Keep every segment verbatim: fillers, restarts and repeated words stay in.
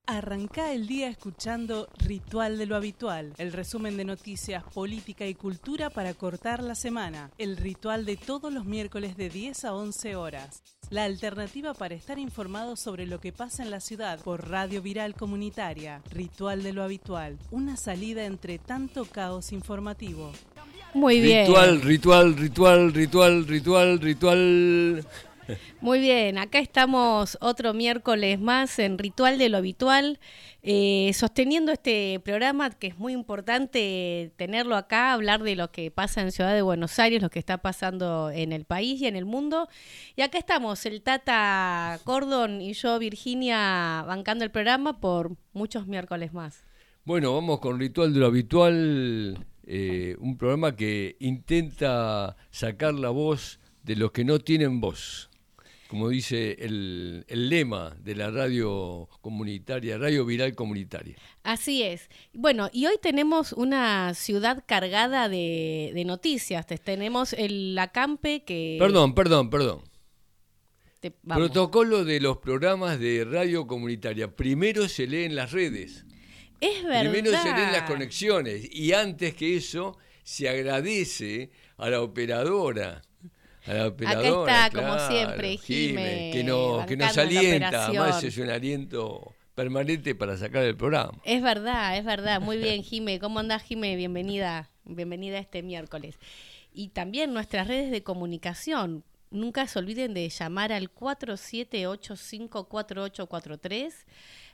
Arrancá el día escuchando Ritual de lo Habitual, el resumen de noticias, política y cultura para cortar la semana. El ritual de todos los miércoles de diez a once horas. La alternativa para estar informado sobre lo que pasa en la ciudad por Radio Viral Comunitaria. Ritual de lo Habitual, una salida entre tanto caos informativo. Muy bien. Ritual, ritual, ritual, ritual, ritual, ritual. Muy bien, acá estamos otro miércoles más en Ritual de lo Habitual, eh, sosteniendo este programa que es muy importante tenerlo acá, hablar de lo que pasa en Ciudad de Buenos Aires, lo que está pasando en el país y en el mundo. Y acá estamos, el Tata Cordon y yo, Virginia, bancando el programa por muchos miércoles más. Bueno, vamos con Ritual de lo Habitual, eh, un programa que intenta sacar la voz de los que no tienen voz. Como dice el, el lema de la radio comunitaria, Radio Viral Comunitaria. Así es. Bueno, y hoy tenemos una ciudad cargada de, de noticias. Tenemos el acampe que... Perdón, perdón, perdón. Te, vamos. Protocolo de los programas de radio comunitaria. Primero se lee en las redes. Es verdad. Primero se leen las conexiones. Y antes que eso, se agradece a la operadora. Acá está, claro, como siempre, Jime, que, no, que nos alienta, además es un aliento permanente para sacar el programa. Es verdad, es verdad, muy bien, Jime. ¿Cómo andás, Jime? Bienvenida, bienvenida este miércoles. Y también nuestras redes de comunicación. Nunca se olviden de llamar al cuatro siete ocho cinco cuatro ocho cuatro tres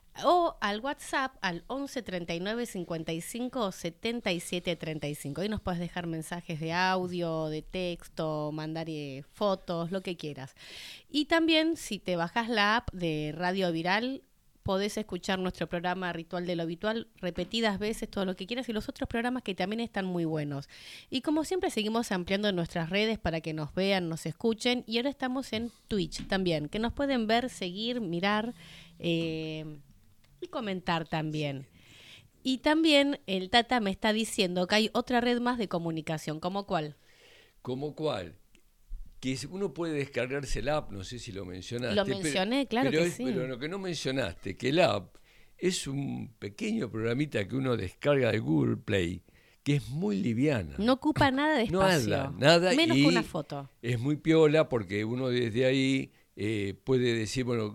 o al WhatsApp al once treinta y nueve cincuenta y cinco setenta y siete treinta y cinco. Ahí nos puedes dejar mensajes de audio, de texto, mandar eh, fotos, lo que quieras. Y también, si te bajás la app de Radio Viral, podés escuchar nuestro programa Ritual de lo Habitual repetidas veces, todo lo que quieras, y los otros programas que también están muy buenos. Y como siempre, seguimos ampliando nuestras redes para que nos vean, nos escuchen. Y ahora estamos en Twitch también, que nos pueden ver, seguir, mirar... Eh, y comentar también. Y también el Tata me está diciendo que hay otra red más de comunicación. ¿Cómo cuál? ¿Cómo cuál? Que uno puede descargarse el app, no sé si lo mencionaste. Lo mencioné, pero, claro pero que es, sí. Pero lo que no mencionaste, que el app es un pequeño programita que uno descarga de Google Play, que es muy liviana. No ocupa nada de espacio. Nada, nada. Menos y que una foto. Es muy piola porque uno desde ahí eh, puede decir, bueno...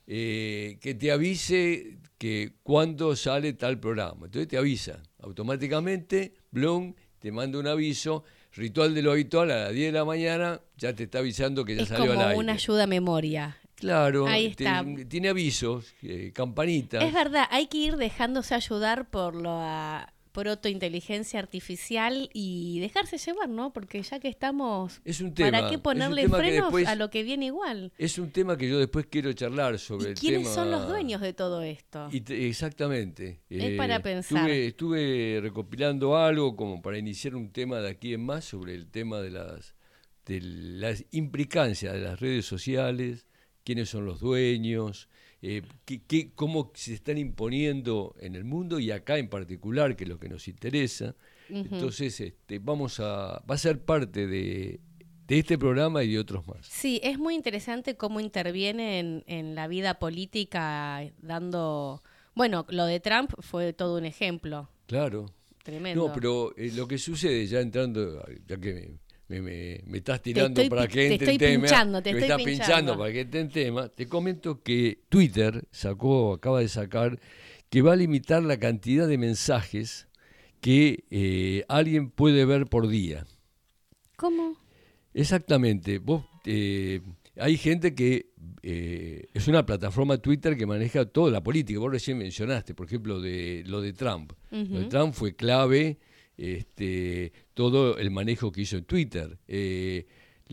Eh, que te avise que cuándo sale tal programa. Entonces te avisa automáticamente, blum, te manda un aviso. Ritual de lo Habitual a las diez de la mañana ya te está avisando que ya es salió al aire. Es como una ayuda a memoria. Claro, ahí está. Te, tiene avisos, eh, campanitas. Es verdad, hay que ir dejándose ayudar por la protointeligencia artificial y dejarse llevar, ¿no? Porque ya que estamos, es un tema, ¿para qué ponerle frenos después, a lo que viene igual? Es un tema que yo después quiero charlar sobre ¿Y el quiénes tema. son los dueños de todo esto? Y te, exactamente. Es eh, para pensar. Estuve, estuve recopilando algo como para iniciar un tema de aquí en más sobre el tema de las, de las implicancias de las redes sociales, quiénes son los dueños, eh, qué, qué, cómo se están imponiendo en el mundo y acá en particular, que es lo que nos interesa. Uh-huh. Entonces, este, vamos a, va a ser parte de, de este programa y de otros más. Sí, es muy interesante cómo interviene en, en la vida política, dando... Bueno, lo de Trump fue todo un ejemplo. Claro. Tremendo. No, pero eh, lo que sucede, ya entrando, ya que... Me, Me, me, me estás tirando estoy, para que entre en tema. Pinchando, te me estoy estás pinchando. pinchando para que entre en tema. Te comento que Twitter sacó, acaba de sacar, que va a limitar la cantidad de mensajes que eh, alguien puede ver por día. ¿Cómo? Exactamente. Vos, eh, hay gente que eh, es una plataforma Twitter que maneja toda la política. Vos recién mencionaste, por ejemplo, de lo de Trump. Uh-huh. Lo de Trump fue clave. Este, todo el manejo que hizo en Twitter. Eh,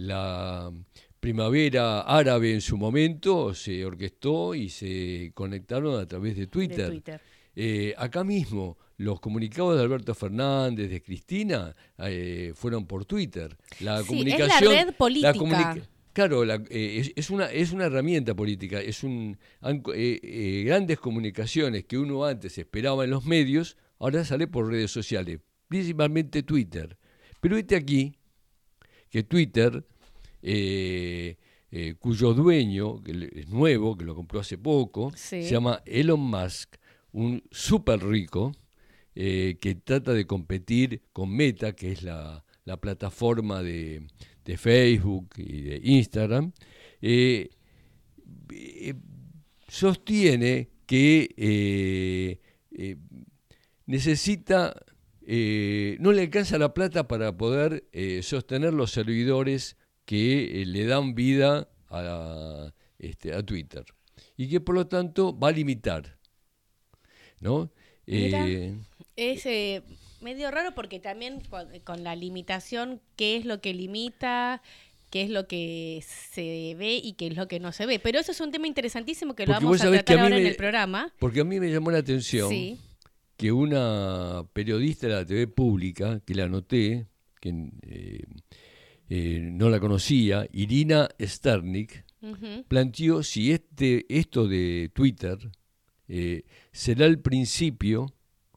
la primavera árabe en su momento se orquestó y se conectaron a través de Twitter. De Twitter. Eh, acá mismo, los comunicados de Alberto Fernández, de Cristina, eh, fueron por Twitter. La sí, comunicación, es la red política. La comunica- Claro, la, eh, es, es, una, es una herramienta política, es un eh, eh, grandes comunicaciones que uno antes esperaba en los medios, ahora sale por redes sociales. Principalmente Twitter. Pero este aquí, que Twitter eh, eh, cuyo dueño, que es nuevo, que lo compró hace poco, sí. se llama Elon Musk, un súper rico, eh, que trata de competir con Meta, que es la, la plataforma de, de Facebook y de Instagram. Eh, eh, sostiene que eh, eh, necesita, eh, no le alcanza la plata para poder eh, sostener los servidores que eh, le dan vida a, este, a Twitter, y que por lo tanto va a limitar, ¿no? Mira, Eh, es eh, medio raro porque también con, con la limitación, ¿qué es lo que limita? ¿Qué es lo que se ve y qué es lo que no se ve? Pero eso es un tema interesantísimo que lo porque vamos vos a sabés que tratar a mí ahora en me- el programa. Porque a mí me llamó la atención Sí. que una periodista de la T V pública, que la anoté, que eh, eh, no la conocía, Irina Sternik, Ujú. planteó si este, esto de Twitter eh, será el principio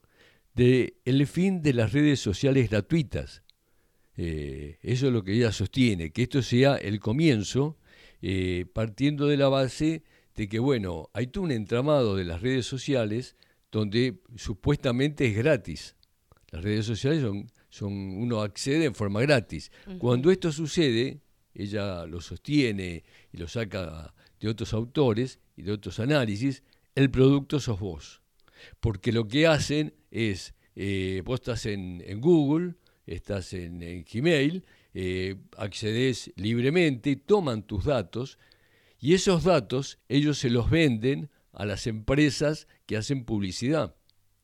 del fin de las redes sociales gratuitas. Eh, eso es lo que ella sostiene, que esto sea el comienzo, eh, partiendo de la base de que, bueno, hay todo un entramado de las redes sociales donde supuestamente es gratis. Las redes sociales son, son uno accede en forma gratis. Ujú. Cuando esto sucede, ella lo sostiene y lo saca de otros autores y de otros análisis, el producto sos vos. Porque lo que hacen es, eh, vos estás en, en Google, estás en, en Gmail, eh, accedes libremente, toman tus datos y esos datos ellos se los venden a las empresas que hacen publicidad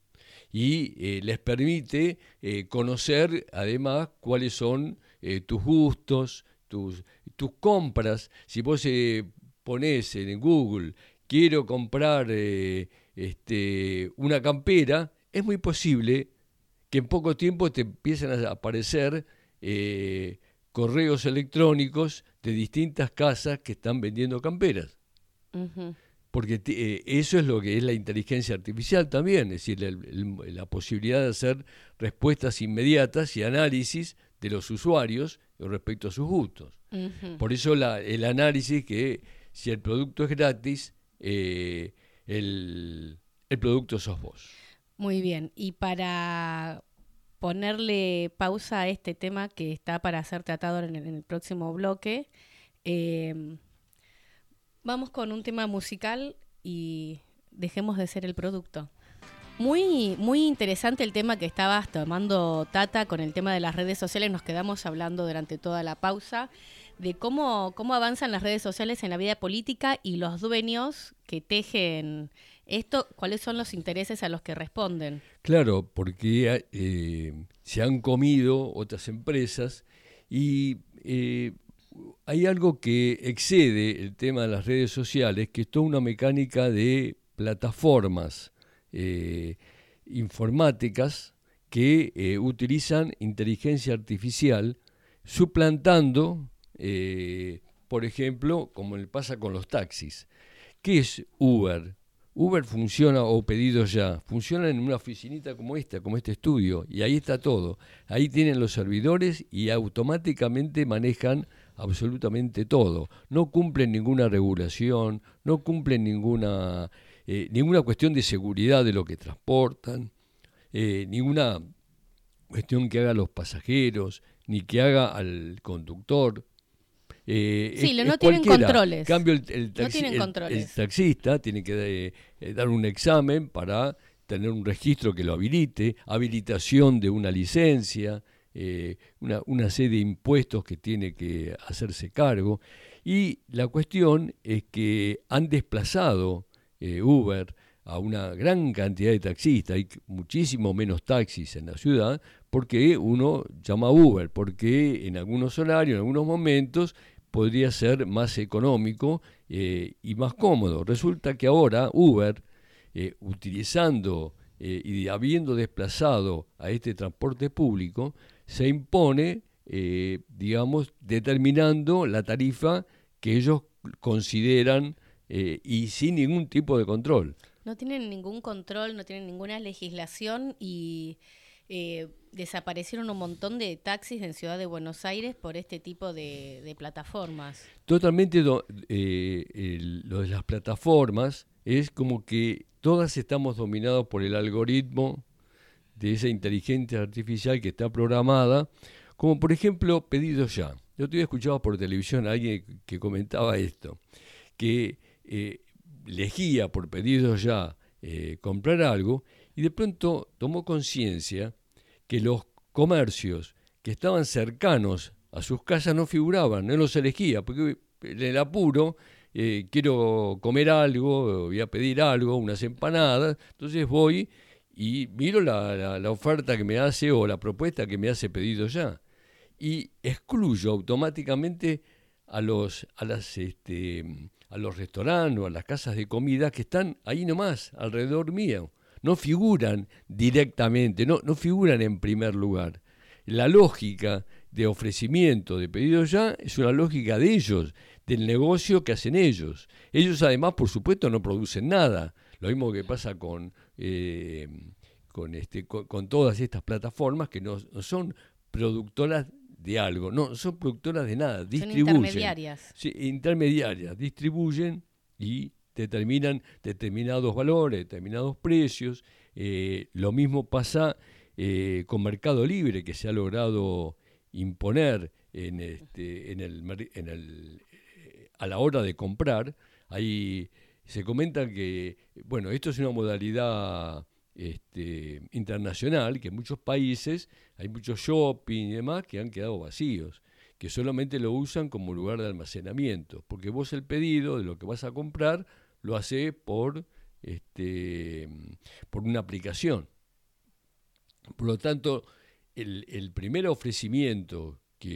y eh, les permite eh, conocer además cuáles son eh, tus gustos, tus, tus compras. Si vos eh, ponés en Google, quiero comprar eh, este, una campera, es muy posible que en poco tiempo te empiecen a aparecer eh, correos electrónicos de distintas casas que están vendiendo camperas. Ujú. Porque te, eh, eso es lo que es la inteligencia artificial también, es decir, el, el, la posibilidad de hacer respuestas inmediatas y análisis de los usuarios respecto a sus gustos. Ujú. Por eso la, el análisis que si el producto es gratis, eh, el, el producto sos vos. Muy bien, y para ponerle pausa a este tema que está para ser tratado en el, en el próximo bloque, eh, vamos con un tema musical y dejemos de ser el producto. Muy, muy interesante el tema que estabas tomando, Tata, con el tema de las redes sociales. Nos quedamos hablando durante toda la pausa de cómo, cómo avanzan las redes sociales en la vida política y los dueños que tejen esto, cuáles son los intereses a los que responden. Claro, porque eh, se han comido otras empresas y eh, hay algo que excede el tema de las redes sociales, que es toda una mecánica de plataformas eh, informáticas que eh, utilizan inteligencia artificial suplantando, eh, por ejemplo, como le pasa con los taxis. ¿Qué es Uber? Uber funciona, o Pedidos Ya, funciona en una oficinita como esta, como este estudio, y ahí está todo. Ahí tienen los servidores y automáticamente manejan absolutamente todo. No cumplen ninguna regulación, no cumplen ninguna, eh, ninguna cuestión de seguridad de lo que transportan, eh, ninguna cuestión que haga a los pasajeros, ni que haga al conductor. Eh, Sí, es, lo- es no tienen cualquiera. controles. En cambio, el, el No taxi- tienen el- controles. el taxista tiene que eh, dar un examen para tener un registro que lo habilite, habilitación de una licencia, eh, una, una serie de impuestos que tiene que hacerse cargo. Y la cuestión es que han desplazado eh, Uber a una gran cantidad de taxistas, hay muchísimo menos taxis en la ciudad, porque uno llama Uber, porque en algunos horarios, en algunos momentos, podría ser más económico eh, y más cómodo. Resulta que ahora Uber, eh, utilizando eh, y habiendo desplazado a este transporte público, se impone, eh, digamos, determinando la tarifa que ellos consideran eh, y sin ningún tipo de control. No tienen ningún control, no tienen ninguna legislación y eh, desaparecieron un montón de taxis en Ciudad de Buenos Aires por este tipo de, de plataformas. Totalmente, do, eh, el, lo de las plataformas es como que todas estamos dominados por el algoritmo de esa inteligencia artificial que está programada, como por ejemplo Pedidos Ya. Yo te había escuchado por televisión a alguien que comentaba esto, que eh, elegía por Pedidos Ya eh, comprar algo y de pronto tomó conciencia que los comercios que estaban cercanos a sus casas no figuraban, no los elegía, porque en el apuro eh, quiero comer algo, voy a pedir algo, unas empanadas, entonces voy y miro la, la, la oferta que me hace o la propuesta que me hace Pedido Ya y excluyo automáticamente a los a las este a los restaurantes o a las casas de comida que están ahí nomás alrededor mío, no figuran directamente, no no figuran en primer lugar. La lógica de ofrecimiento de Pedido Ya es una lógica de ellos, del negocio que hacen ellos. Ellos además, por supuesto, no producen nada. Lo mismo que pasa con eh, con este con, con todas estas plataformas que no, no son productoras de algo, no son productoras de nada, distribuyen. Son intermediarias. Sí, intermediarias, distribuyen y determinan determinados valores, determinados precios. Eh, lo mismo pasa eh, con Mercado Libre, que se ha logrado imponer en este en el en el eh, a la hora de comprar. Ahí se comenta que, bueno, esto es una modalidad este, internacional, que en muchos países hay muchos shopping y demás que han quedado vacíos, que solamente lo usan como lugar de almacenamiento, porque vos el pedido de lo que vas a comprar lo haces por, este, por una aplicación. Por lo tanto, el, el primer ofrecimiento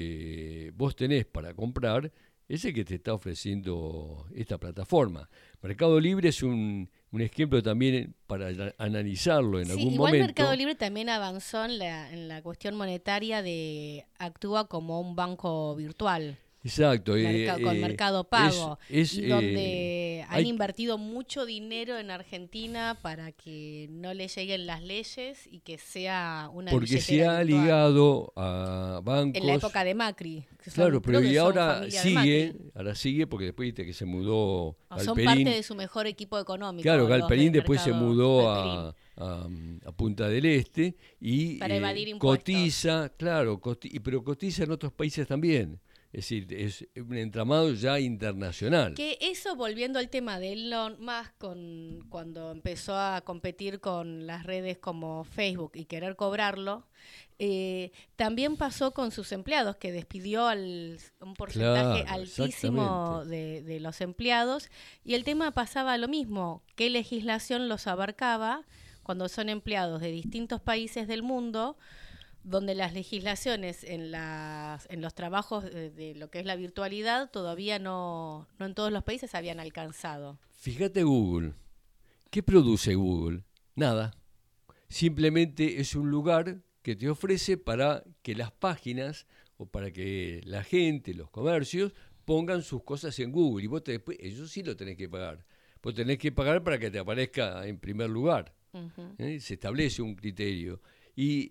que vos tenés para comprar es el que te está ofreciendo esta plataforma. Mercado Libre es un, un ejemplo también para analizarlo en sí, algún igual momento. Mercado Libre también avanzó en la, en la cuestión monetaria de actúa como un banco virtual. Exacto. Merca- eh, con eh, Mercado Pago, es, es, y donde eh, han hay, invertido mucho dinero en Argentina para que no le lleguen las leyes y que sea una porque se billetera ha virtual. ligado a bancos. En la época de Macri. Que son, Claro, pero creo que y son ahora familia de sigue, Macri. ahora sigue porque después viste que se mudó O Galperín. son parte de su mejor equipo económico. Claro, los Galperín del después se mercado mudó Galperín. a, a, a Punta del Este y Para eh, evadir impuestos. cotiza, claro, coti- pero cotiza en otros países también. Es decir, es un entramado ya internacional. Que eso, volviendo al tema de Elon Musk, con, cuando empezó a competir con las redes como Facebook y querer cobrarlo, eh, también pasó con sus empleados, que despidió al, un porcentaje Claro, altísimo de, de los empleados, y el tema pasaba lo mismo, qué legislación los abarcaba cuando son empleados de distintos países del mundo, donde las legislaciones en las en los trabajos de, de lo que es la virtualidad todavía no, no en todos los países habían alcanzado. Fíjate Google. ¿Qué produce Google? Nada. Simplemente es un lugar que te ofrece para que las páginas o para que la gente, los comercios, pongan sus cosas en Google. Y vos te, después, eso sí lo tenés que pagar. Vos tenés que pagar para que te aparezca en primer lugar. Uh-huh. ¿Eh? Se establece un criterio. Y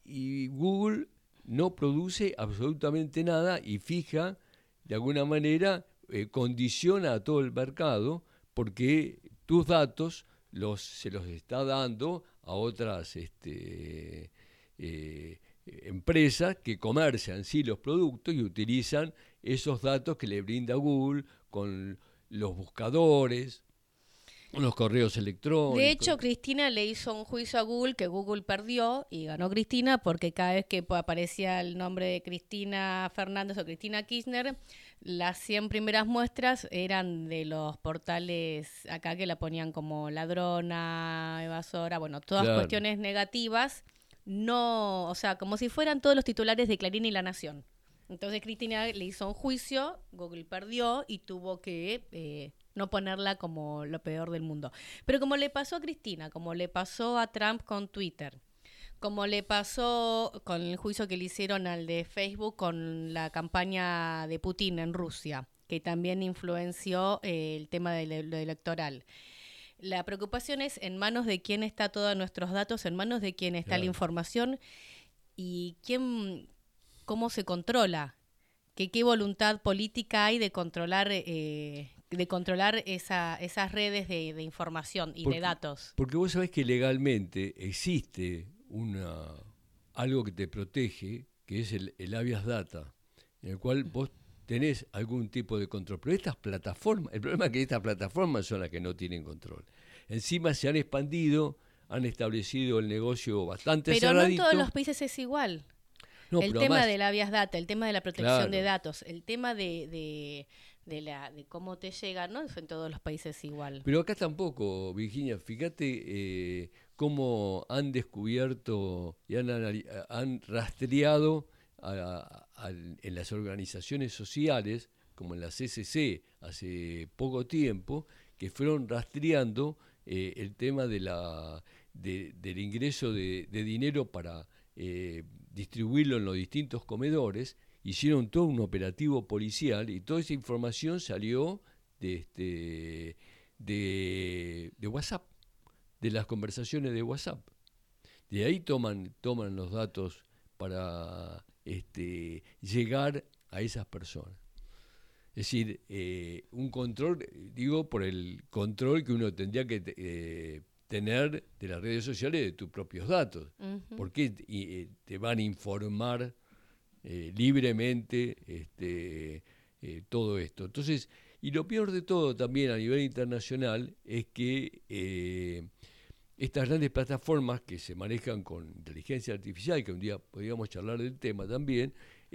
Y Google no produce absolutamente nada y fija, de alguna manera, eh, condiciona a todo el mercado porque tus datos los, se los está dando a otras este, eh, empresas que comercian sí los productos y utilizan esos datos que le brinda Google con los buscadores, los correos electrónicos. De hecho, Cristina le hizo un juicio a Google que Google perdió y ganó Cristina porque cada vez que aparecía el nombre de Cristina Fernández o Cristina Kirchner, las cien primeras muestras eran de los portales acá que la ponían como ladrona, evasora, bueno, todas Claro. cuestiones negativas, no, o sea, como si fueran todos los titulares de Clarín y La Nación. Entonces Cristina le hizo un juicio, Google perdió y tuvo que eh, no ponerla como lo peor del mundo. Pero como le pasó a Cristina, como le pasó a Trump con Twitter, como le pasó con el juicio que le hicieron al de Facebook con la campaña de Putin en Rusia, que también influenció eh, el tema de lo electoral. La preocupación es en manos de quién está todos nuestros datos, en manos de quién está Claro. la información y quién, cómo se controla, que qué voluntad política hay de controlar, eh, de controlar esa, esas redes de, de información y Porque- de datos. Porque vos sabés que legalmente existe una algo que te protege, que es el, el habeas data, en el cual vos tenés algún tipo de control. Pero estas plataformas, el problema es que estas plataformas son las que no tienen control. Encima se han expandido, han establecido el negocio bastante Pero no cerradito. en todos los países es igual. No, el pero tema además- del habeas data, el tema de la protección Claro. de datos, el tema de, de, de, la, de cómo te llega, no es en todos los países igual. Pero acá tampoco, Virginia, fíjate eh, cómo han descubierto y han, anali- han rastreado a- a- a- en las organizaciones sociales, como en la C C C hace poco tiempo, que fueron rastreando eh, el tema de la, de- del ingreso de, de dinero para eh, distribuirlo en los distintos comedores. Hicieron todo un operativo policial y toda esa información salió de este de, de WhatsApp, de las conversaciones de WhatsApp. De ahí toman, toman los datos para este, llegar a esas personas. Es decir, eh, un control, digo, por el control que uno tendría que eh, tener de las redes sociales de tus propios datos. Ujú. Porque eh, te van a informar eh, libremente este, eh, todo esto. Entonces, y lo peor de todo también a nivel internacional es que eh, estas grandes plataformas que se manejan con inteligencia artificial, que un día podríamos charlar del tema también,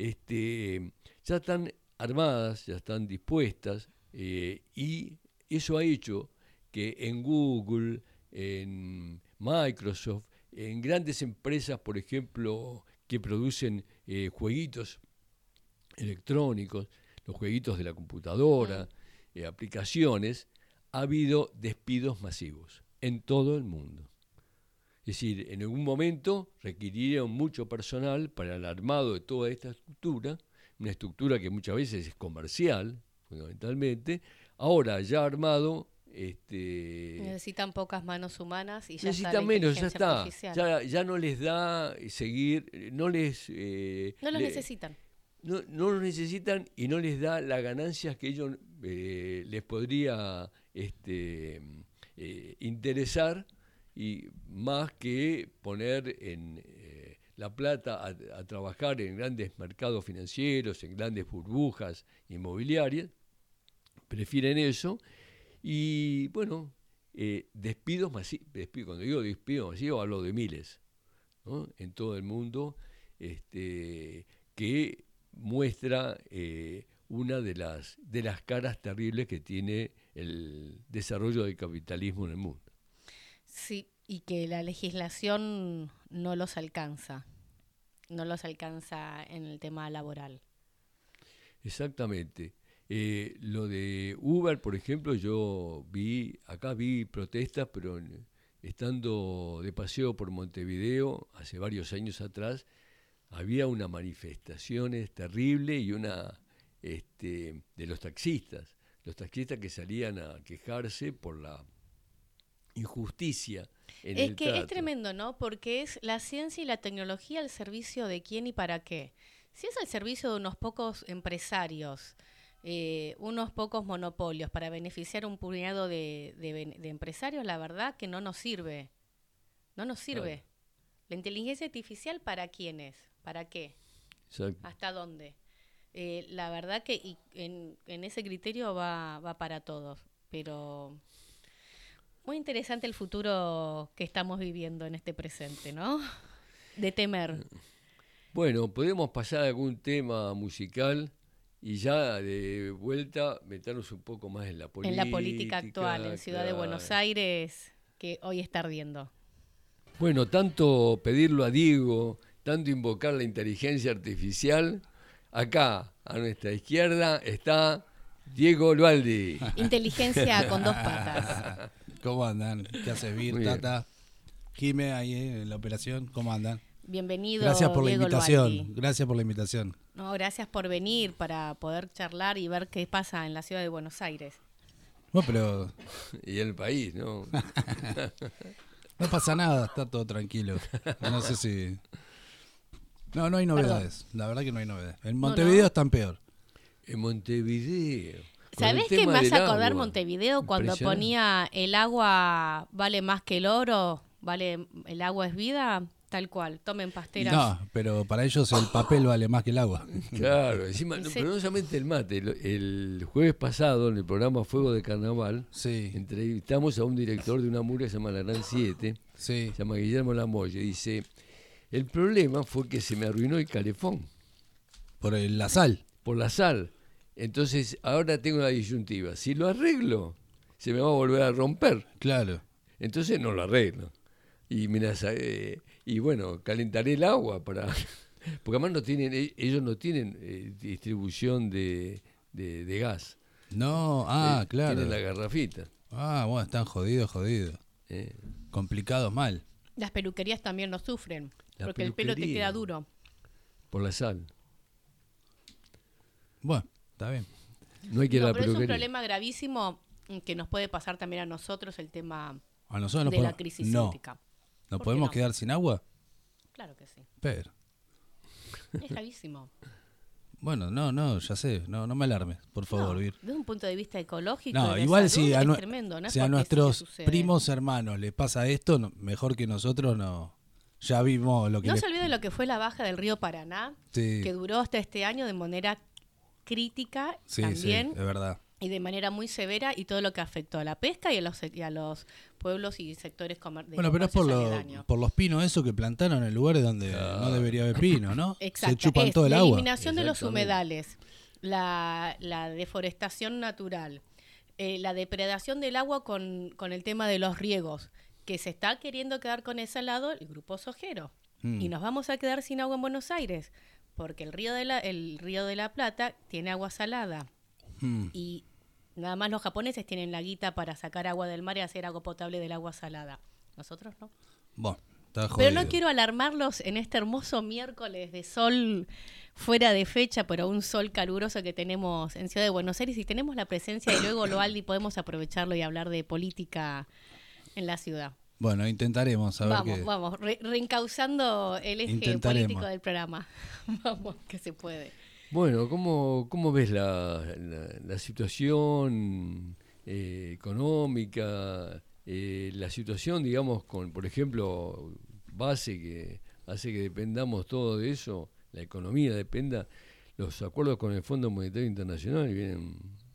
este, ya están armadas, ya están dispuestas, eh, y eso ha hecho que en Google, en Microsoft, en grandes empresas, por ejemplo, que producen eh, jueguitos electrónicos, los jueguitos de la computadora, mm. eh, aplicaciones, ha habido despidos masivos en todo el mundo. Es decir, en algún momento requirieron mucho personal para el armado de toda esta estructura, una estructura que muchas veces es comercial, fundamentalmente. Ahora, ya armado, este, necesitan pocas manos humanas y ya necesitan está la menos, ya inteligencia está. artificial. Ya, ya no les da seguir, no les... Eh, no los le, necesitan. No, no los necesitan y no les da las ganancias que ellos eh, les podría este, eh, interesar, y más que poner en eh, la plata a, a trabajar en grandes mercados financieros, en grandes burbujas inmobiliarias, prefieren eso. Y bueno, eh, despidos masivos, despido, cuando digo despidos masivos hablo de miles, ¿no? En todo el mundo, este, que muestra eh, una de las, de las caras terribles que tiene el desarrollo del capitalismo en el mundo. Sí, y que la legislación no los alcanza, no los alcanza en el tema laboral. Exactamente. Eh, lo de Uber, por ejemplo, yo vi, acá vi protestas, pero en, estando de paseo por Montevideo hace varios años atrás, había una manifestación terrible y una este, de los taxistas, los taxistas que salían a quejarse por la injusticia en es el que trato. Es tremendo, ¿no? Porque es la ciencia y la tecnología al servicio de quién y para qué. Si es al servicio de unos pocos empresarios, eh, unos pocos monopolios para beneficiar a un puñado de, de, de empresarios, la verdad que no nos sirve. No nos sirve. Claro. La inteligencia artificial, ¿para quién es? ¿Para qué? Exacto. ¿Hasta dónde? Eh, la verdad que y en, en ese criterio va, va para todos, pero muy interesante el futuro que estamos viviendo en este presente, ¿no? De temer. Bueno, podemos pasar a algún tema musical y ya de vuelta meternos un poco más en la política. En la política actual, en Ciudad claro. de Buenos Aires, que hoy está ardiendo. Bueno, tanto pedirlo a Diego, tanto invocar la inteligencia artificial, acá a nuestra izquierda está Diego Lualdi. Inteligencia con dos patas. ¿Cómo andan? ¿Qué haces, Vir, Tata? Jime, ahí en la operación, ¿cómo andan? Bienvenido, Gracias por Diego la invitación. Lualdi. Gracias por la invitación. No, gracias por venir para poder charlar y ver qué pasa en la Ciudad de Buenos Aires. No, pero y el país, ¿no? no pasa nada, está todo tranquilo. No sé si... No, no hay novedades. La verdad que no hay novedades. En Montevideo no, no. están peor. En Montevideo. ¿Sabés qué me hace acordar agua. Montevideo cuando ponía el agua vale más que el oro? Vale, el agua es vida, tal cual. Tomen pasteras. No, pero para ellos el papel vale más que el agua. Claro, encima, no, pero no solamente el mate. El, el jueves pasado, en el programa Fuego de Carnaval, sí. entrevistamos a un director de una murga que se llama La Gran siete, sí. se llama Guillermo Lamolle. Dice, el problema fue que se me arruinó el calefón. Por el, la sal. Por la sal. Entonces, ahora tengo una disyuntiva. Si lo arreglo, se me va a volver a romper. Claro. Entonces no lo arreglo. Y mira, eh, y bueno, calentaré el agua para... Porque además no tienen, ellos no tienen eh, distribución de, de, de gas. No, ah, eh, claro. Tienen la garrafita. Ah, bueno, están jodidos, jodidos. Eh. Complicados mal. Las peluquerías también lo sufren, la porque el pelo te queda duro. Por la sal. Bueno, está bien. No hay que ir no, a la pero peluquería. Es un problema gravísimo que nos puede pasar también a nosotros, el tema a nosotros no de podemos, la crisis no. hídrica. ¿Nos podemos no? quedar sin agua? Claro que sí. Pero. Es gravísimo. Bueno, no, no, ya sé, no, no me alarmes, por favor, no, Vir. Desde un punto de vista ecológico, no, de igual salud, si a, es nu- tremendo, ¿no? si a nuestros primos hermanos les pasa esto, no, mejor que nosotros no. Ya vimos lo que No les... se olvide lo que fue la baja del río Paraná, sí. que duró hasta este año de manera crítica sí, también. Sí, es verdad. Y de manera muy severa, y todo lo que afectó a la pesca y a los, y a los pueblos y sectores comerciales. Bueno, pero es por, lo, por los pinos eso que plantaron en lugares donde ah. no debería haber pino, ¿no? Exacto. Se chupan es todo el la agua. La eliminación de los humedales, la, la deforestación natural, eh, la depredación del agua con, con el tema de los riegos, que se está queriendo quedar con ese lado el grupo sojero. Mm. Y nos vamos a quedar sin agua en Buenos Aires, porque el río de la, el río de la Plata tiene agua salada. Mm. Y nada más los japoneses tienen la guita para sacar agua del mar y hacer agua potable del agua salada. Nosotros no. Bueno, está jodido. Pero no quiero alarmarlos en este hermoso miércoles de sol fuera de fecha, pero un sol caluroso que tenemos en Ciudad de Buenos Aires, y tenemos la presencia de Luego Loaldi, podemos aprovecharlo y hablar de política en la ciudad. Bueno, intentaremos. A ver vamos, qué... vamos, re- reencauzando el eje político del programa. Vamos, que se puede. Bueno, ¿cómo, cómo ves la, la, la situación eh, económica, eh, la situación, digamos, con, por ejemplo, base que hace que dependamos todo de eso, la economía dependa, los acuerdos con el Fondo Monetario Internacional vienen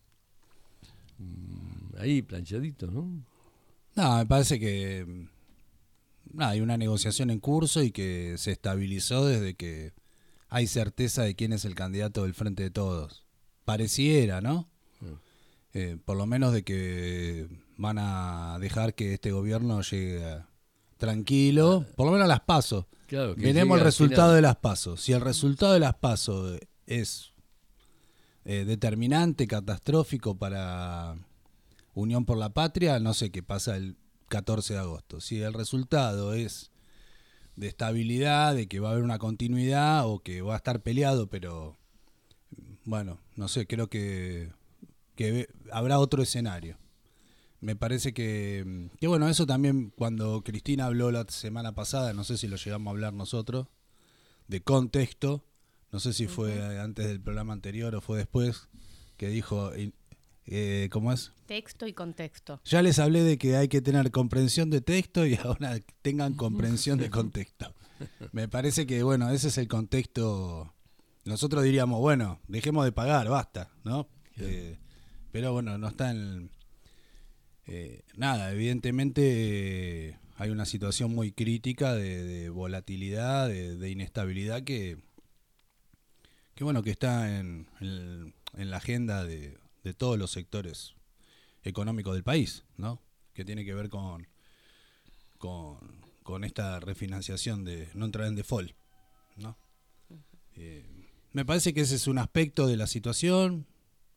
mmm, ahí planchaditos, ¿no? No, me parece que no, hay una negociación en curso y que se estabilizó desde que hay certeza de quién es el candidato del Frente de Todos. Pareciera, ¿no? Mm. Eh, por lo menos de que van a dejar que este gobierno llegue a, tranquilo, por lo menos a las PASO. Claro, que veremos el resultado de las PASO. Si el resultado de las PASO es eh, determinante, catastrófico para Unión por la Patria, no sé qué pasa el catorce de agosto. Si el resultado es de estabilidad, de que va a haber una continuidad o que va a estar peleado, pero bueno, no sé, creo que, que habrá otro escenario. Me parece que, que bueno, eso también cuando Cristina habló la semana pasada, no sé si lo llegamos a hablar nosotros, de contexto, no sé si fue uh-huh. antes del programa anterior o fue después, que dijo, eh, ¿cómo es? Texto y contexto. Ya les hablé de que hay que tener comprensión de texto y ahora tengan comprensión de contexto. Me parece que, bueno, ese es el contexto. Nosotros diríamos, bueno, dejemos de pagar, basta, ¿no? Eh, pero bueno, no está en... Eh, nada, evidentemente eh, hay una situación muy crítica de, de volatilidad, de, de inestabilidad que, que bueno, que está en, en, en la agenda de, de todos los sectores económicos del país, ¿no? Que tiene que ver con, con, con esta refinanciación de no entrar en default, ¿no? Eh, me parece que ese es un aspecto de la situación.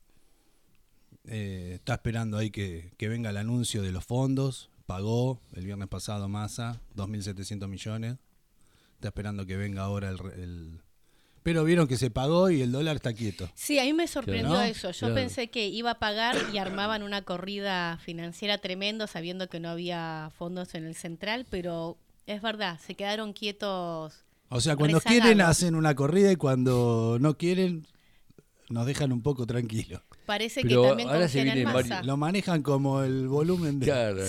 Eh, está esperando ahí que, que venga el anuncio de los fondos. Pagó el viernes pasado Massa dos mil setecientos millones. Está esperando que venga ahora el, el Pero vieron que se pagó y el dólar está quieto. Sí, a mí me sorprendió ¿No? eso. Yo Claro. pensé que iba a pagar y armaban una corrida financiera tremendo sabiendo que no había fondos en el central, pero es verdad, se quedaron quietos. O sea, cuando Rezagados. quieren hacen una corrida y cuando no quieren nos dejan un poco tranquilos. Parece Pero que también ahora se confían en vienen Massa. varios- Lo manejan como el volumen de, Claro.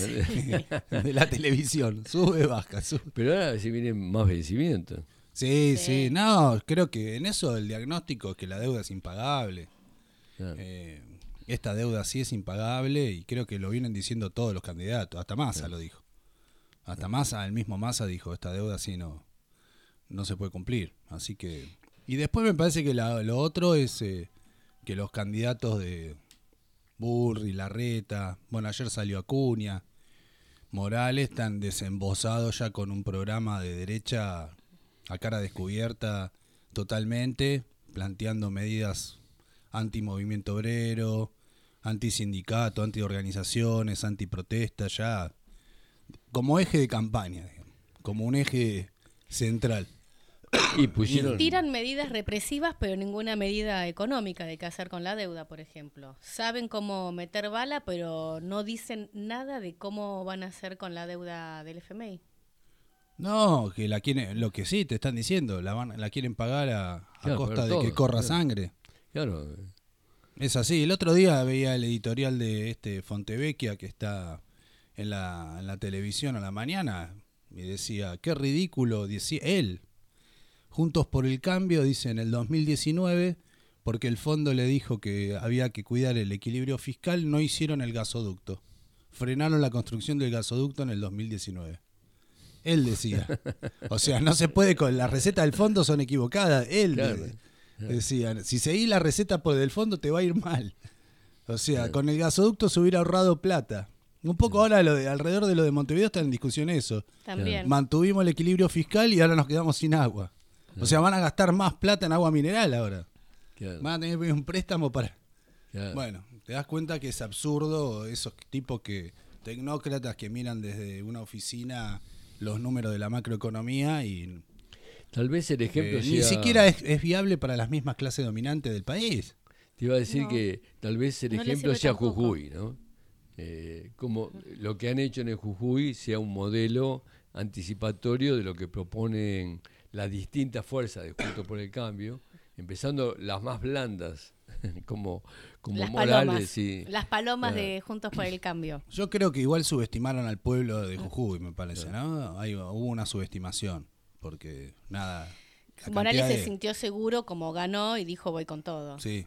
de la televisión. Sube, baja, sube. Pero ahora se vienen más vencimientos. Sí, Sí. sí. No, creo que en eso el diagnóstico es que la deuda es impagable. Claro. Eh, esta deuda sí es impagable y creo que lo vienen diciendo todos los candidatos. Hasta Massa lo dijo. Hasta Massa, el mismo Massa dijo, esta deuda sí no, no se puede cumplir. Así que... Y después me parece que la- lo otro es eh, que los candidatos de Burri, Larreta, bueno, ayer salió Acuña, Morales, están desembosados ya con un programa de derecha a cara descubierta totalmente, planteando medidas anti-movimiento obrero, anti-sindicato, anti-organizaciones, anti-protesta, ya como eje de campaña, digamos, como un eje central. Y pusieron... Tiran medidas represivas, pero ninguna medida económica de qué hacer con la deuda, por ejemplo. Saben cómo meter bala, pero no dicen nada de cómo van a hacer con la deuda del F M I. No, que la quieren, lo que sí te están diciendo, la van, la quieren pagar a, a Claro, costa pagar de que todo, corra claro. sangre. Claro. Es así. El otro día veía el editorial de este Fontevecchia que está en la, en la televisión a la mañana y decía, qué ridículo, decía él. Juntos por el Cambio, dice en el dos mil diecinueve, porque el fondo le dijo que había que cuidar el equilibrio fiscal, no hicieron el gasoducto. Frenaron la construcción del gasoducto en el dos mil diecinueve. Él decía. O sea, no se puede, con las recetas del fondo son equivocadas. Él Claro. de- decía, si seguís la receta por del fondo te va a ir mal. O sea, Claro. con el gasoducto se hubiera ahorrado plata. Un poco ahora lo de, alrededor de lo de Montevideo está en discusión eso. También. Mantuvimos el equilibrio fiscal y ahora nos quedamos sin agua. O sea, van a gastar más plata en agua mineral ahora. Claro. Van a tener que pedir un préstamo para... Claro. Bueno, te das cuenta que es absurdo esos tipos que... Tecnócratas que miran desde una oficina los números de la macroeconomía y... Tal vez el ejemplo eh, sea... ni siquiera es, es viable para las mismas clases dominantes del país. Te iba a decir No. que tal vez el No le ejemplo sirve sea tampoco. Jujuy, ¿no? Eh, como lo que han hecho en el Jujuy sea un modelo anticipatorio de lo que proponen las distintas fuerzas de Juntos por el Cambio, empezando las más blandas, como, como Las Morales. palomas. Y, Las palomas Claro. de Juntos por el Cambio. Yo creo que igual subestimaron al pueblo de Jujuy, me parece, ¿no? Ahí hubo una subestimación, porque nada... la Morales cantidad se de- sintió seguro como ganó y dijo voy con todo. Sí.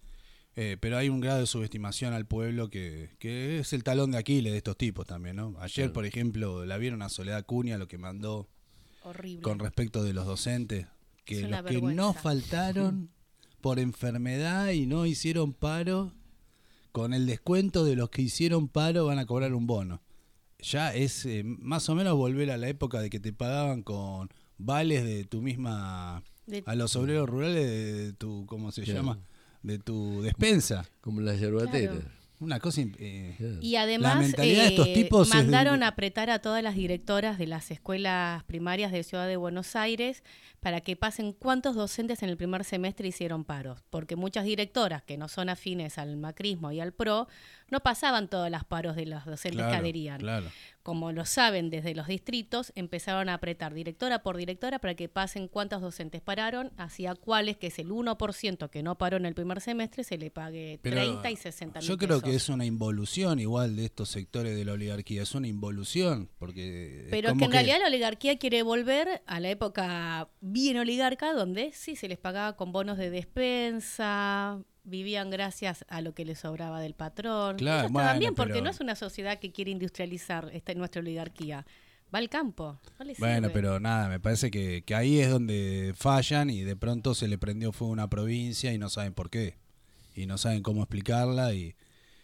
Eh, pero hay un grado de subestimación al pueblo que, que es el talón de Aquiles de estos tipos también, ¿no? Ayer, Claro. por ejemplo, la vieron a Soledad Cunha, lo que mandó Horrible. con respecto de los docentes, que Es los una que vergüenza. no faltaron por enfermedad y no hicieron paro, con el descuento de los que hicieron paro van a cobrar un bono. Ya es eh, más o menos volver a la época de que te pagaban con vales de tu misma... De- a los obreros rurales de, de tu, ¿cómo se Claro. llama? De tu despensa. como las yerbateras. Claro. Una cosa... imp- eh, Claro. Y además mentalidad de estos eh, tipos es de- mandaron a apretar a todas las directoras de las escuelas primarias de Ciudad de Buenos Aires para que pasen cuántos docentes en el primer semestre hicieron paros, porque muchas directoras que no son afines al macrismo y al PRO no pasaban todos los paros de los docentes que claro, adherían. claro. Como lo saben desde los distritos, empezaron a apretar directora por directora para que pasen cuántos docentes pararon, hacia cuáles, que es el uno por ciento que no paró en el primer semestre, se le pague Pero treinta y sesenta mil yo creo pesos. que es una involución igual de estos sectores de la oligarquía, es una involución, porque... Pero es como que en realidad la oligarquía quiere volver a la época bien oligarca, donde sí se les pagaba con bonos de despensa, vivían gracias a lo que les sobraba del patrón. Claro, Ellos estaban bueno, bien, porque pero- no es una sociedad que quiere industrializar esta, nuestra oligarquía. Va al campo. No le Bueno, sirve. pero nada, me parece que, que ahí es donde fallan y de pronto se le prendió fuego a una provincia y no saben por qué. Y no saben cómo explicarla. Y,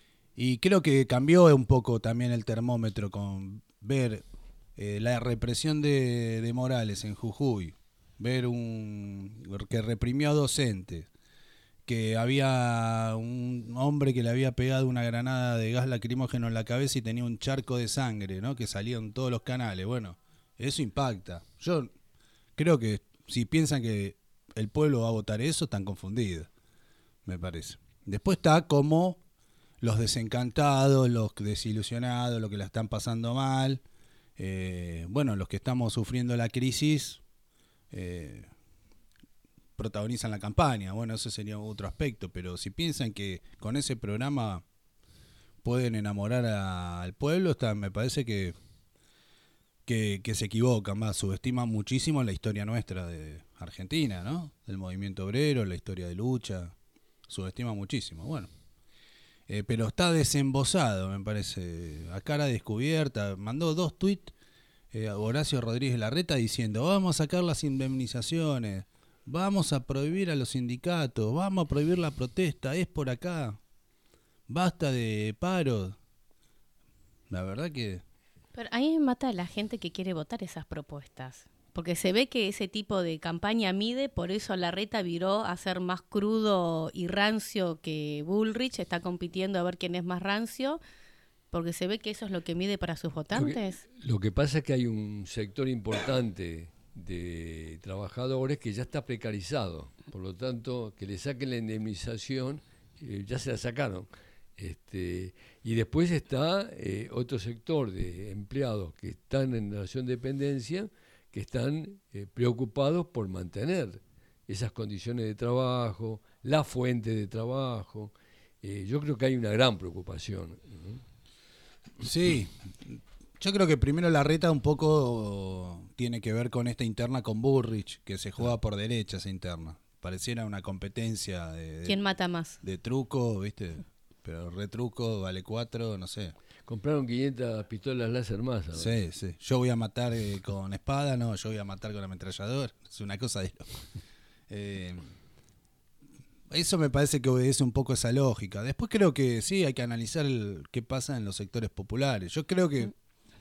y creo que cambió un poco también el termómetro con ver eh, la represión de, de Morales en Jujuy. Ver un que reprimió a docentes. Que había un hombre que le había pegado una granada de gas lacrimógeno en la cabeza y tenía un charco de sangre, ¿no? Que salía en todos los canales. Bueno, eso impacta. Yo creo que si piensan que el pueblo va a votar eso, están confundidos, me parece. Después está como los desencantados, los desilusionados, los que la están pasando mal, eh, bueno, los que estamos sufriendo la crisis, eh, protagonizan la campaña. Bueno, ese sería otro aspecto, pero si piensan que con ese programa pueden enamorar a, al pueblo, está, me parece que, que que se equivocan más, subestiman muchísimo la historia nuestra de Argentina, ¿no? Del movimiento obrero, la historia de lucha, subestiman muchísimo. Bueno, eh, pero está desembosado, me parece, a cara descubierta. Mandó dos tuits eh, Horacio Rodríguez Larreta diciendo: vamos a sacar las indemnizaciones, vamos a prohibir a los sindicatos, vamos a prohibir la protesta, es por acá, basta de paros. La verdad que... Pero a mí me mata la gente que quiere votar esas propuestas, porque se ve que ese tipo de campaña mide, por eso Larreta viró a ser más crudo y rancio que Bullrich, está compitiendo a ver quién es más rancio, porque se ve que eso es lo que mide para sus votantes. Lo que, lo que pasa es que hay un sector importante de trabajadores que ya está precarizado, por lo tanto que le saquen la indemnización, eh, ya se la sacaron, este, y después está eh, otro sector de empleados que están en relación de dependencia, que están eh, preocupados por mantener esas condiciones de trabajo, la fuente de trabajo. Eh, yo creo que hay una gran preocupación, ¿no? Sí. Yo creo que primero Larreta un poco tiene que ver con esta interna con Bullrich, que se juega por derecha esa interna. Pareciera una competencia de, de ¿Quién mata más? De truco, ¿viste? Pero retruco, vale cuatro, no sé. Compraron quinientas pistolas láser más. ¿No? Sí, sí. Yo voy a matar eh, con espada, no, yo voy a matar con ametrallador. Es una cosa de loco. Eh, eso me parece que obedece un poco esa lógica. Después creo que sí, hay que analizar el, qué pasa en los sectores populares. Yo creo que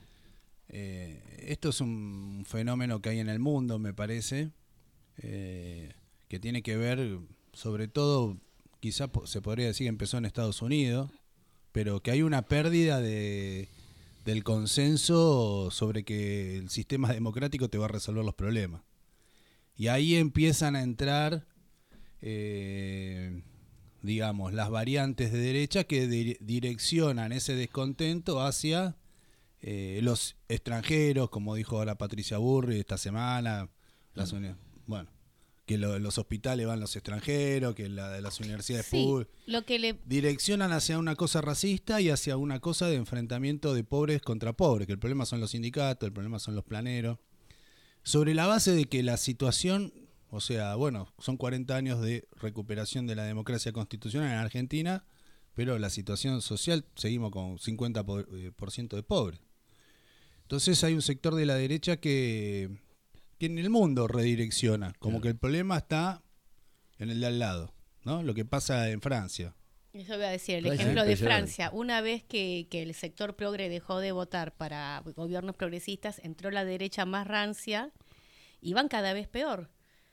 eh, esto es un fenómeno que hay en el mundo, me parece, eh, que tiene que ver, sobre todo, quizá se podría decir que empezó en Estados Unidos, pero que hay una pérdida de, del consenso sobre que el sistema democrático te va a resolver los problemas. Y ahí empiezan a entrar, eh, digamos, las variantes de derecha que di- direccionan ese descontento hacia eh, los extranjeros, como dijo ahora Patricia Burri esta semana, las uni- bueno, que lo, los hospitales van los extranjeros, que la, las universidades Sí, públicas lo que le... direccionan hacia una cosa racista y hacia una cosa de enfrentamiento de pobres contra pobres, que el problema son los sindicatos, el problema son los planeros, sobre la base de que la situación, o sea, bueno, son cuarenta años de recuperación de la democracia constitucional en Argentina, pero la situación social seguimos con cincuenta por ciento de pobres. Entonces hay un sector de la derecha que, que en el mundo redirecciona, como que el problema está en el de al lado, ¿no? Lo que pasa en Francia. Eso voy a decir, el Francia, ejemplo de impresionante. Francia. Una vez que, que el sector progre dejó de votar para gobiernos progresistas, entró la derecha más rancia y van cada vez peor.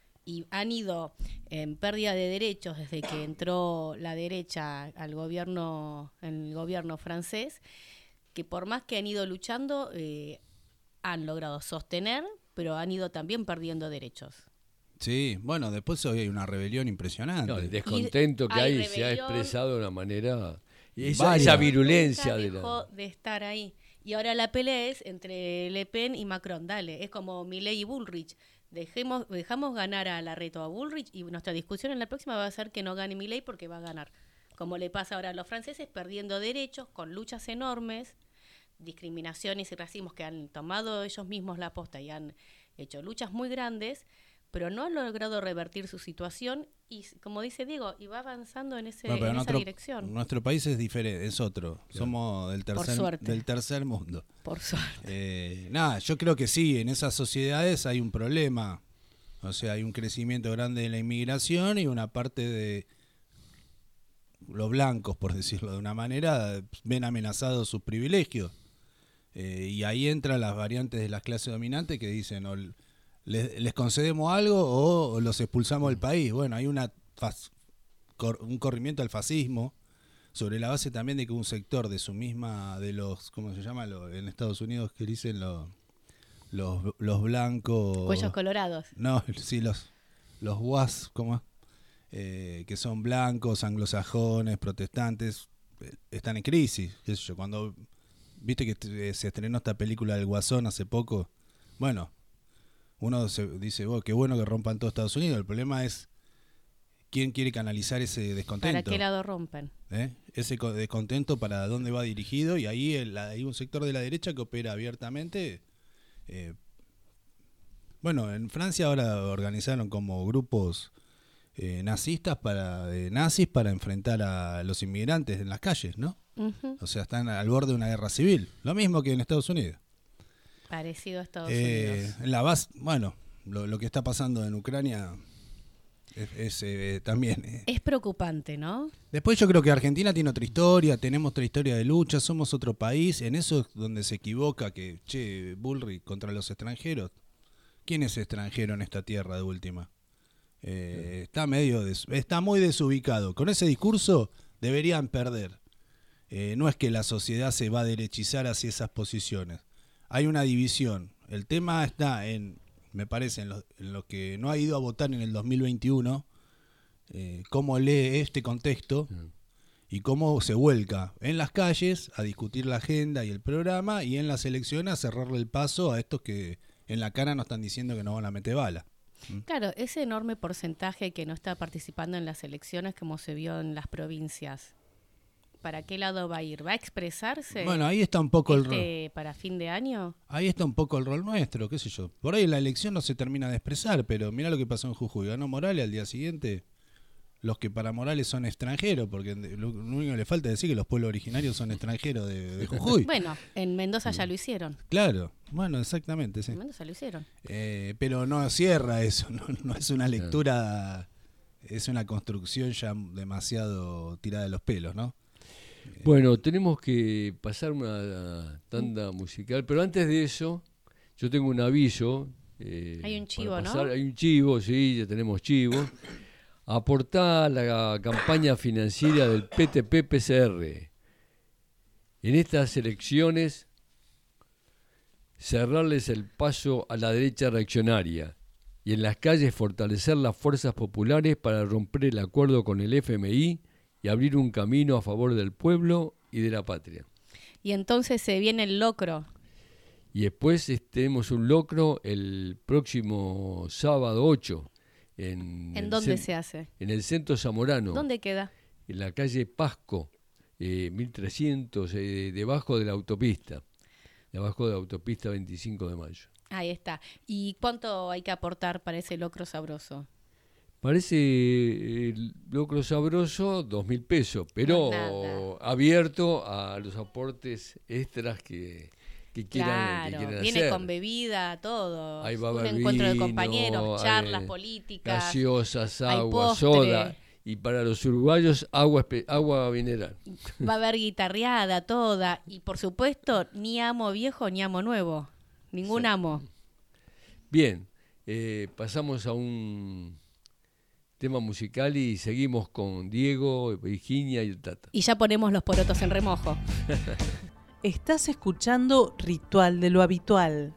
Y han ido en pérdida de derechos desde que entró la derecha al gobierno, en el gobierno francés, que por más que han ido luchando, eh, han logrado sostener, pero han ido también perdiendo derechos. Sí, bueno, después hoy hay una rebelión impresionante. No, el descontento que hay hay se ha rebelión. expresado de una manera... Y esa, Varias. esa virulencia Nunca de dejó la... de estar ahí. Y ahora la pelea es entre Le Pen y Macron. Dale, es como Milei y Bullrich. Dejemos, dejamos ganar a Larreta o a Bullrich y nuestra discusión en la próxima va a ser que no gane Milei porque va a ganar. Como le pasa ahora a los franceses, perdiendo derechos, con luchas enormes, discriminaciones y racismos que han tomado ellos mismos la posta y han hecho luchas muy grandes, pero no han logrado revertir su situación y, como dice Diego, y va avanzando en, ese, Bueno, pero en nuestro, esa dirección. Nuestro país es diferente, es otro. Somos del tercer, suerte. del tercer mundo. Por suerte. Eh, nada, yo creo que sí, en esas sociedades hay un problema. O sea, hay un crecimiento grande de la inmigración y una parte de los blancos, por decirlo de una manera, ven amenazados sus privilegios. Eh, y ahí entran las variantes de las clases dominantes que dicen o les, les concedemos algo o, o los expulsamos del país. Bueno, hay una fas, cor, un corrimiento al fascismo sobre la base también de que un sector de su misma, de los, ¿cómo se llama? Lo, en Estados Unidos que dicen los, los, los blancos... Cuellos colorados. No, sí, los, los W A S, ¿cómo es? Eh, que son blancos, anglosajones, protestantes, eh, están en crisis. ¿Qué sé yo? Cuando viste que eh, se estrenó esta película del Guasón hace poco, bueno, uno se dice, oh, qué bueno que rompan todo Estados Unidos. El problema es quién quiere canalizar ese descontento. ¿Para qué lado rompen? ¿Eh? Ese descontento, para dónde va dirigido, y ahí el, hay un sector de la derecha que opera abiertamente. Eh, bueno, en Francia ahora organizaron como grupos eh, nazistas para eh, nazis para enfrentar a los inmigrantes en las calles, ¿no? Uh-huh. O sea, están al borde de una guerra civil. Lo mismo que en Estados Unidos. Parecido a Estados eh, Unidos. En la base, bueno, lo, lo que está pasando en Ucrania es, es eh, también... Eh. Es preocupante, ¿no? Después yo creo que Argentina tiene otra historia, tenemos otra historia de lucha, somos otro país. En eso es donde se equivoca que, che, Bullrich contra los extranjeros. ¿Quién es extranjero en esta tierra de última? Eh, está medio des, está muy desubicado. Con ese discurso deberían perder. Eh, no es que la sociedad se va a derechizar hacia esas posiciones. Hay una división. El tema está en, me parece, en lo, en lo que no ha ido a votar en el dos mil veintiuno, eh, cómo lee este contexto y cómo se vuelca en las calles a discutir la agenda y el programa, y en las elecciones a cerrarle el paso a estos que en la cara nos están diciendo que no van a meter bala. Claro, ese enorme porcentaje que no está participando en las elecciones, como se vio en las provincias, ¿para qué lado va a ir? ¿Va a expresarse? Bueno, ahí está un poco este, el rol. ¿Para fin de año? Ahí está un poco el rol nuestro, qué sé yo. Por ahí en la elección no se termina de expresar, pero mirá lo que pasó en Jujuy. Ganó Morales, al día siguiente los que para Morales son extranjeros, porque lo único que le falta es decir que los pueblos originarios son extranjeros de, de Jujuy. Bueno, en Mendoza ya lo hicieron. Claro, bueno, exactamente, sí. En Mendoza lo hicieron. Eh, pero no cierra eso, no, no es una lectura, es una construcción ya demasiado tirada de los pelos, ¿no? Bueno, tenemos que pasar una tanda musical, pero antes de eso, yo tengo un aviso. Eh, hay un chivo, pasar, ¿no? Hay un chivo, sí, ya tenemos chivo. Aportá a la campaña financiera del P T P P C R. En estas elecciones, cerrarles el paso a la derecha reaccionaria y en las calles fortalecer las fuerzas populares para romper el acuerdo con el F M I y abrir un camino a favor del pueblo y de la patria. Y entonces se viene el locro. Y después tenemos un locro el próximo sábado ocho. ¿En, ¿En dónde se hace? En el Centro Zamorano. ¿Dónde queda? En la calle Pasco, eh, mil trescientos, eh, debajo de la autopista. Debajo de la autopista veinticinco de mayo. Ahí está. ¿Y cuánto hay que aportar para ese locro sabroso? Parece el locro sabroso, dos mil pesos, pero no, abierto a los aportes extras que, que quieran, claro, que quieran viene hacer. con bebida, todo. Ahí va a un haber encuentro vino, de compañeros, charlas hay políticas. Gaseosas, hay agua, postre. soda. Y para los uruguayos, agua, agua mineral. Va a haber guitarreada, toda. Y por supuesto, ni amo viejo ni amo nuevo. Ningún sí. amo. Bien, eh, pasamos a un tema musical y seguimos con Diego, Virginia y el Tata. Y ya ponemos los porotos en remojo. Estás escuchando Ritual de lo Habitual.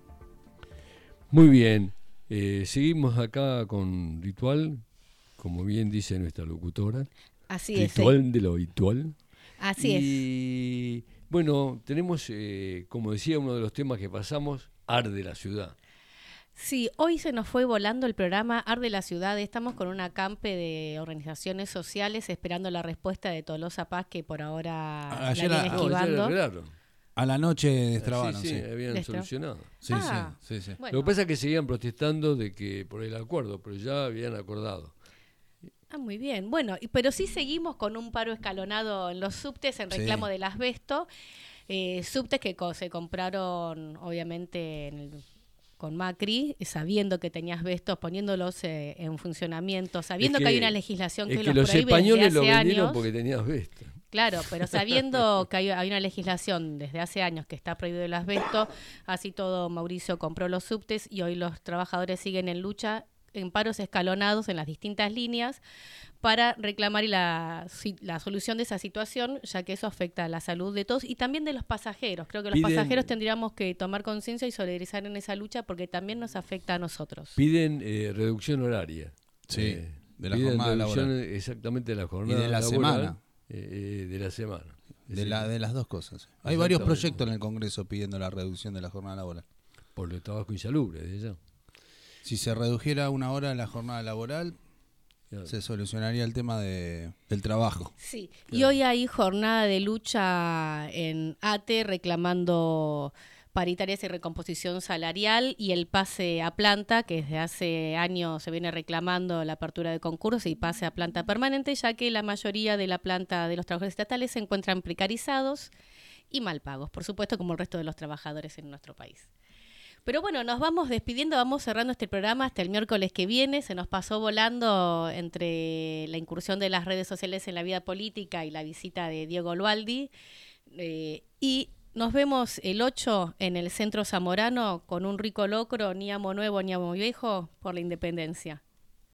Muy bien, eh, seguimos acá con Ritual, como bien dice nuestra locutora. Así Ritual es. Ritual de lo Habitual. Así y, es. Y bueno, tenemos, eh, como decía, uno de los temas que pasamos, Arde la Ciudad. Sí, hoy se nos fue volando el programa Arde la Ciudad. Estamos con una acampe de organizaciones sociales esperando la respuesta de Tolosa Paz, que por ahora ayer la viene esquivando. No, a la noche destrabaron, sí. Sí, sí. habían ¿Destra? solucionado. Sí, ah, sí, sí, sí. Bueno. Lo que pasa es que seguían protestando de que por el acuerdo, pero ya habían acordado. Ah, muy bien. Bueno, pero sí seguimos con un paro escalonado en los subtes en reclamo sí. del asbesto. Eh, subtes que co- se compraron, obviamente, en el... con Macri, sabiendo que tenía asbestos, poniéndolos eh, en funcionamiento, sabiendo es que, que hay una legislación que, que los, los prohíbe españoles desde hace lo vendieron años. Porque tenía asbesto. Claro, pero sabiendo que hay, hay una legislación desde hace años que está prohibido el asbesto, así todo Mauricio compró los subtes y hoy los trabajadores siguen en lucha en paros escalonados en las distintas líneas para reclamar la, la solución de esa situación, ya que eso afecta a la salud de todos y también de los pasajeros. Creo que los Piden, pasajeros tendríamos que tomar conciencia y solidarizar en esa lucha porque también nos afecta a nosotros. Piden eh, reducción horaria. Sí, eh, de la piden jornada reducción laboral. Exactamente de la jornada Y de la laboral, semana. Eh, de la semana. De, la, de las dos cosas. Hay varios proyectos en el Congreso pidiendo la reducción de la jornada laboral. Por el trabajo insalubre, de ya. Si se redujera una hora la jornada laboral, claro, se solucionaría el tema de, del trabajo. Sí, claro. Y hoy hay jornada de lucha en ATE reclamando paritarias y recomposición salarial y el pase a planta, que desde hace años se viene reclamando la apertura de concursos y pase a planta permanente, ya que la mayoría de la planta de los trabajadores estatales se encuentran precarizados y mal pagos, por supuesto, como el resto de los trabajadores en nuestro país. Pero bueno, nos vamos despidiendo, vamos cerrando este programa hasta el miércoles que viene. Se nos pasó volando entre la incursión de las redes sociales en la vida política y la visita de Diego Lualdi. Eh, y nos vemos el ocho en el Centro Zamorano con un rico locro, ni amo nuevo ni amo viejo, por la independencia.